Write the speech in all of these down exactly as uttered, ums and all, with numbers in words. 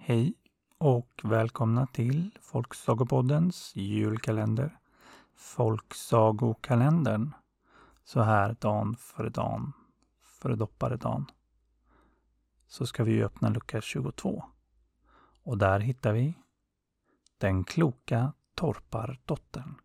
Hej och välkomna till Folksagopoddens julkalender, Folksagokalendern, så här dan före dan, före dopparedan. Så ska vi öppna lucka tjugotvå och där hittar vi Den kloka torpardottern.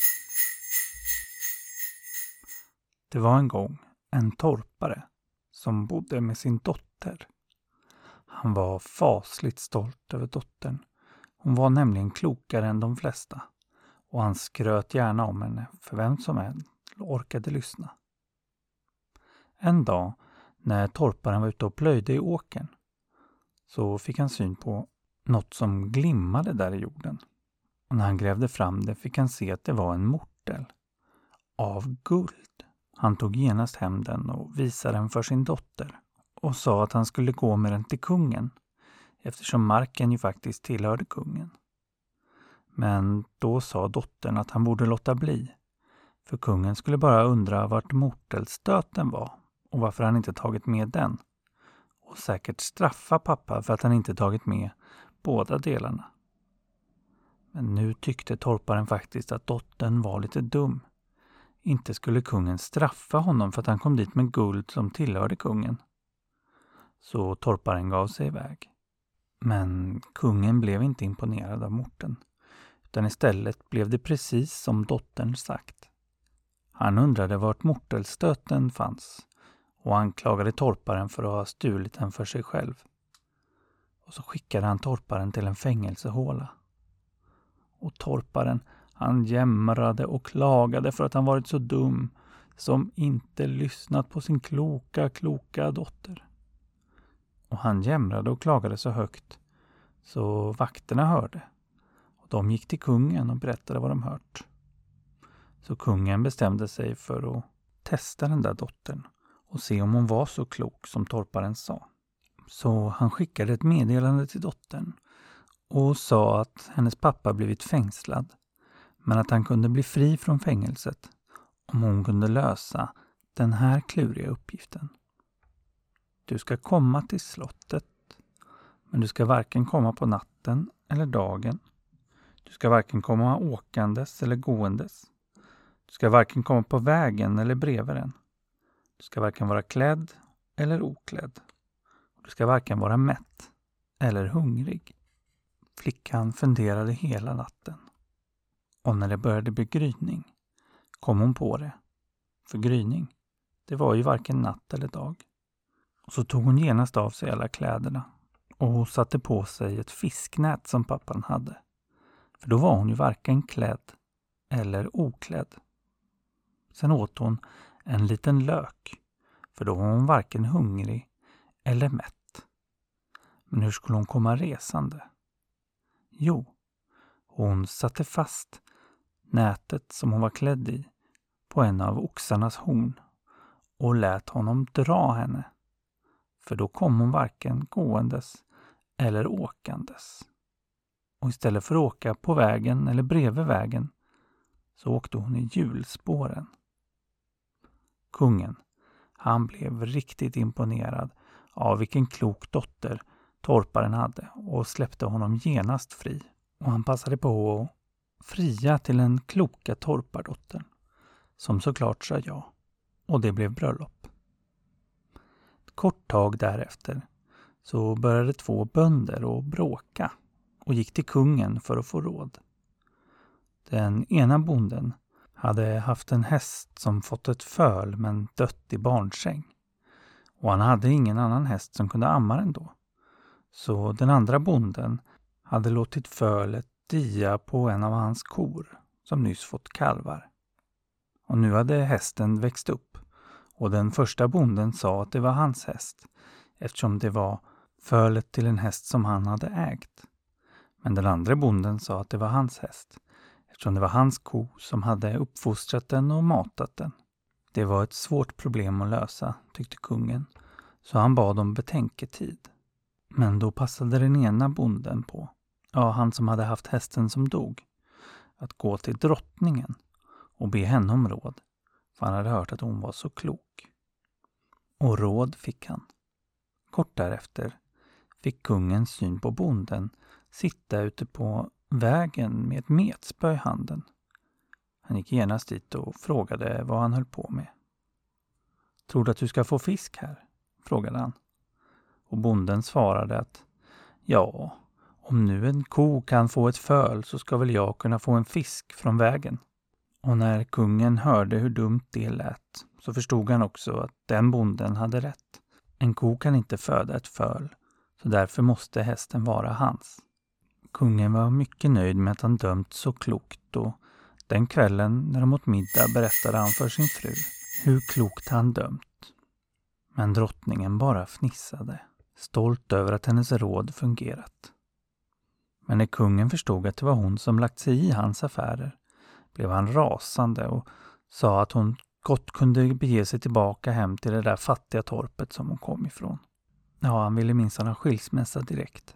Det var en gång en torpare som bodde med sin dotter. Han var fasligt stolt över dottern. Hon var nämligen klokare än de flesta och han skröt gärna om henne för vem som än orkade lyssna. En dag när torparen var ute och plöjde i åkern så fick han syn på något som glimmade där i jorden. Och när han grävde fram det fick han se att det var en mortel av guld. Han tog genast hem den och visade den för sin dotter och sa att han skulle gå med den till kungen eftersom marken ju faktiskt tillhörde kungen. Men då sa dottern att han borde låta bli, för kungen skulle bara undra vart mortelstöten var och varför han inte tagit med den. Och säkert straffa pappa för att han inte tagit med båda delarna. Men nu tyckte torparen faktiskt att dottern var lite dum. Inte skulle kungen straffa honom för att han kom dit med guld som tillhörde kungen. Så torparen gav sig iväg. Men kungen blev inte imponerad av morten. Utan istället blev det precis som dottern sagt. Han undrade vart mortelstöten fanns och anklagade torparen för att ha stulit den för sig själv. Och så skickade han torparen till en fängelsehåla. Och torparen, han jämrade och klagade för att han varit så dum som inte lyssnat på sin kloka, kloka dotter. Och han jämrade och klagade så högt så vakterna hörde. Och de gick till kungen och berättade vad de hört. Så kungen bestämde sig för att testa den där dottern och se om hon var så klok som torparen sa. Så han skickade ett meddelande till dottern och sa att hennes pappa blivit fängslad men att han kunde bli fri från fängelset om hon kunde lösa den här kluriga uppgiften. Du ska komma till slottet, men du ska varken komma på natten eller dagen. Du ska varken komma åkandes eller gåendes. Du ska varken komma på vägen eller bredvid den. Du ska varken vara klädd eller oklädd. Du ska varken vara mätt eller hungrig. Flickan funderade hela natten. Och när det började bli gryning kom hon på det. För gryning, det var ju varken natt eller dag. Och så tog hon genast av sig alla kläderna och satte på sig ett fisknät som pappan hade. För då var hon ju varken klädd eller oklädd. Sen åt hon en liten lök, för då var hon varken hungrig eller mätt. Men hur skulle hon komma resande? Jo, hon satte fast nätet som hon var klädd i på en av oxarnas horn och lät honom dra henne. För då kom hon varken gåendes eller åkandes. Och istället för att åka på vägen eller bredvid vägen så åkte hon i hjulspåren. Kungen, han blev riktigt imponerad av vilken klok dotter torparen hade och släppte honom genast fri. Och han passade på att fria till den kloka torpardottern som såklart sa ja. Och det blev bröllop. Kort tag därefter så började två bönder att bråka och gick till kungen för att få råd. Den ena bonden hade haft en häst som fått ett föl men dött i barnsäng. Och han hade ingen annan häst som kunde amma den då. Så den andra bonden hade låtit fölet dia på en av hans kor som nyss fått kalvar. Och nu hade hästen växt upp. Och den första bonden sa att det var hans häst eftersom det var fölet till en häst som han hade ägt. Men den andra bonden sa att det var hans häst eftersom det var hans ko som hade uppfostrat den och matat den. Det var ett svårt problem att lösa, tyckte kungen, så han bad om betänketid. Men då passade den ena bonden på, ja han som hade haft hästen som dog, att gå till drottningen och be henne om råd. För han hade hört att hon var så klok. Och råd fick han. Kort därefter fick kungen syn på bonden sitta ute på vägen med ett metspö i handen. Han gick genast dit och frågade vad han höll på med. Tror du att du ska få fisk här? Frågade han. Och bonden svarade att ja, om nu en ko kan få ett föl så ska väl jag kunna få en fisk från vägen. Och när kungen hörde hur dumt det lät så förstod han också att den bonden hade rätt. En ko kan inte föda ett föl, så därför måste hästen vara hans. Kungen var mycket nöjd med att han dömt så klokt, och den kvällen när de åt middag berättade han för sin fru hur klokt han dömt. Men drottningen bara fnissade, stolt över att hennes råd fungerat. Men när kungen förstod att det var hon som lagt sig i hans affärer blev han rasande och sa att hon gott kunde bege sig tillbaka hem till det där fattiga torpet som hon kom ifrån. Ja, han ville minst ha skilsmässa direkt.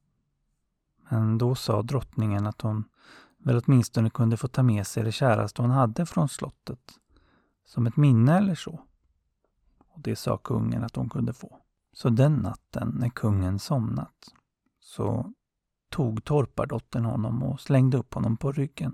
Men då sa drottningen att hon väl åtminstone kunde få ta med sig det käraste hon hade från slottet, som ett minne eller så. Och det sa kungen att hon kunde få. Så den natten när kungen somnat så tog torpardottern honom och slängde upp honom på ryggen.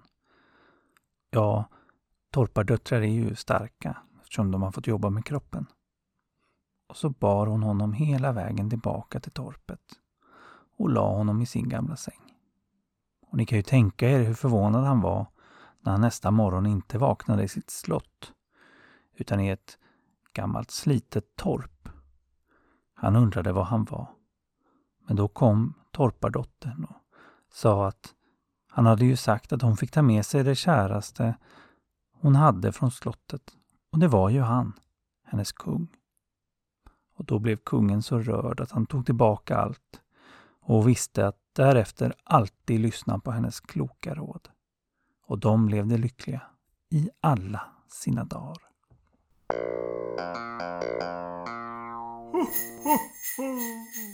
Ja, torpardöttrar är ju starka eftersom de har fått jobba med kroppen. Och så bar hon honom hela vägen tillbaka till torpet och la honom i sin gamla säng. Och ni kan ju tänka er hur förvånad han var när han nästa morgon inte vaknade i sitt slott utan i ett gammalt slitet torp. Han undrade var han var. Men då kom torpardottern och sa att han hade ju sagt att hon fick ta med sig det käraste hon hade från slottet. Och det var ju han, hennes kung. Och då blev kungen så rörd att han tog tillbaka allt och visste att därefter alltid lyssna på hennes kloka råd. Och de levde lyckliga i alla sina dagar. Ho, ho, ho.